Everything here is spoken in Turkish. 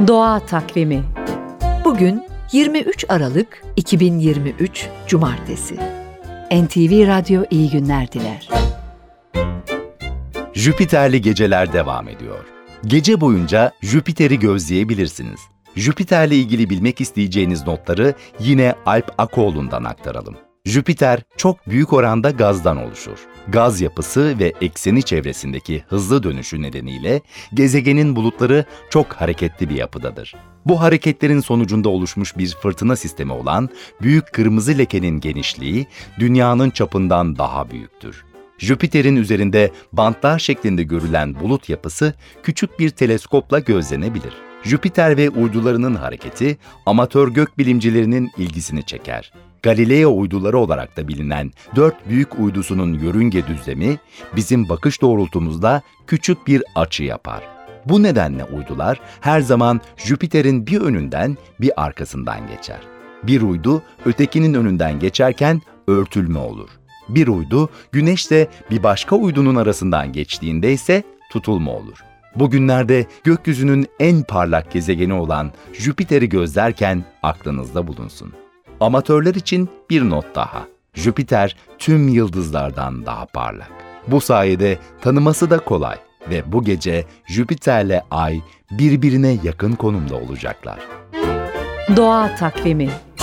Doğa Takvimi. Bugün 23 Aralık 2023 Cumartesi. NTV Radyo iyi günler diler. Jüpiterli geceler devam ediyor. Gece boyunca Jüpiter'i gözleyebilirsiniz. Jüpiter'le ilgili bilmek isteyeceğiniz notları yine Alp Akoğlu'ndan aktaralım. Jüpiter çok büyük oranda gazdan oluşur. Gaz yapısı ve ekseni çevresindeki hızlı dönüşü nedeniyle gezegenin bulutları çok hareketli bir yapıdadır. Bu hareketlerin sonucunda oluşmuş bir fırtına sistemi olan Büyük Kırmızı Leke'nin genişliği Dünya'nın çapından daha büyüktür. Jüpiter'in üzerinde bantlar şeklinde görülen bulut yapısı küçük bir teleskopla gözlenebilir. Jüpiter ve uydularının hareketi amatör gökbilimcilerinin ilgisini çeker. Galileo uyduları olarak da bilinen 4 büyük uydusunun yörünge düzlemi bizim bakış doğrultumuzda küçük bir açı yapar. Bu nedenle uydular her zaman Jüpiter'in bir önünden bir arkasından geçer. Bir uydu ötekinin önünden geçerken örtülme olur. Bir uydu Güneş'le bir başka uydunun arasından geçtiğinde ise tutulma olur. Bugünlerde gökyüzünün en parlak gezegeni olan Jüpiter'i gözlerken aklınızda bulunsun. Amatörler için bir not daha. Jüpiter tüm yıldızlardan daha parlak. Bu sayede tanıması da kolay ve bu gece Jüpiter'le Ay birbirine yakın konumda olacaklar. Doğa Takvimi.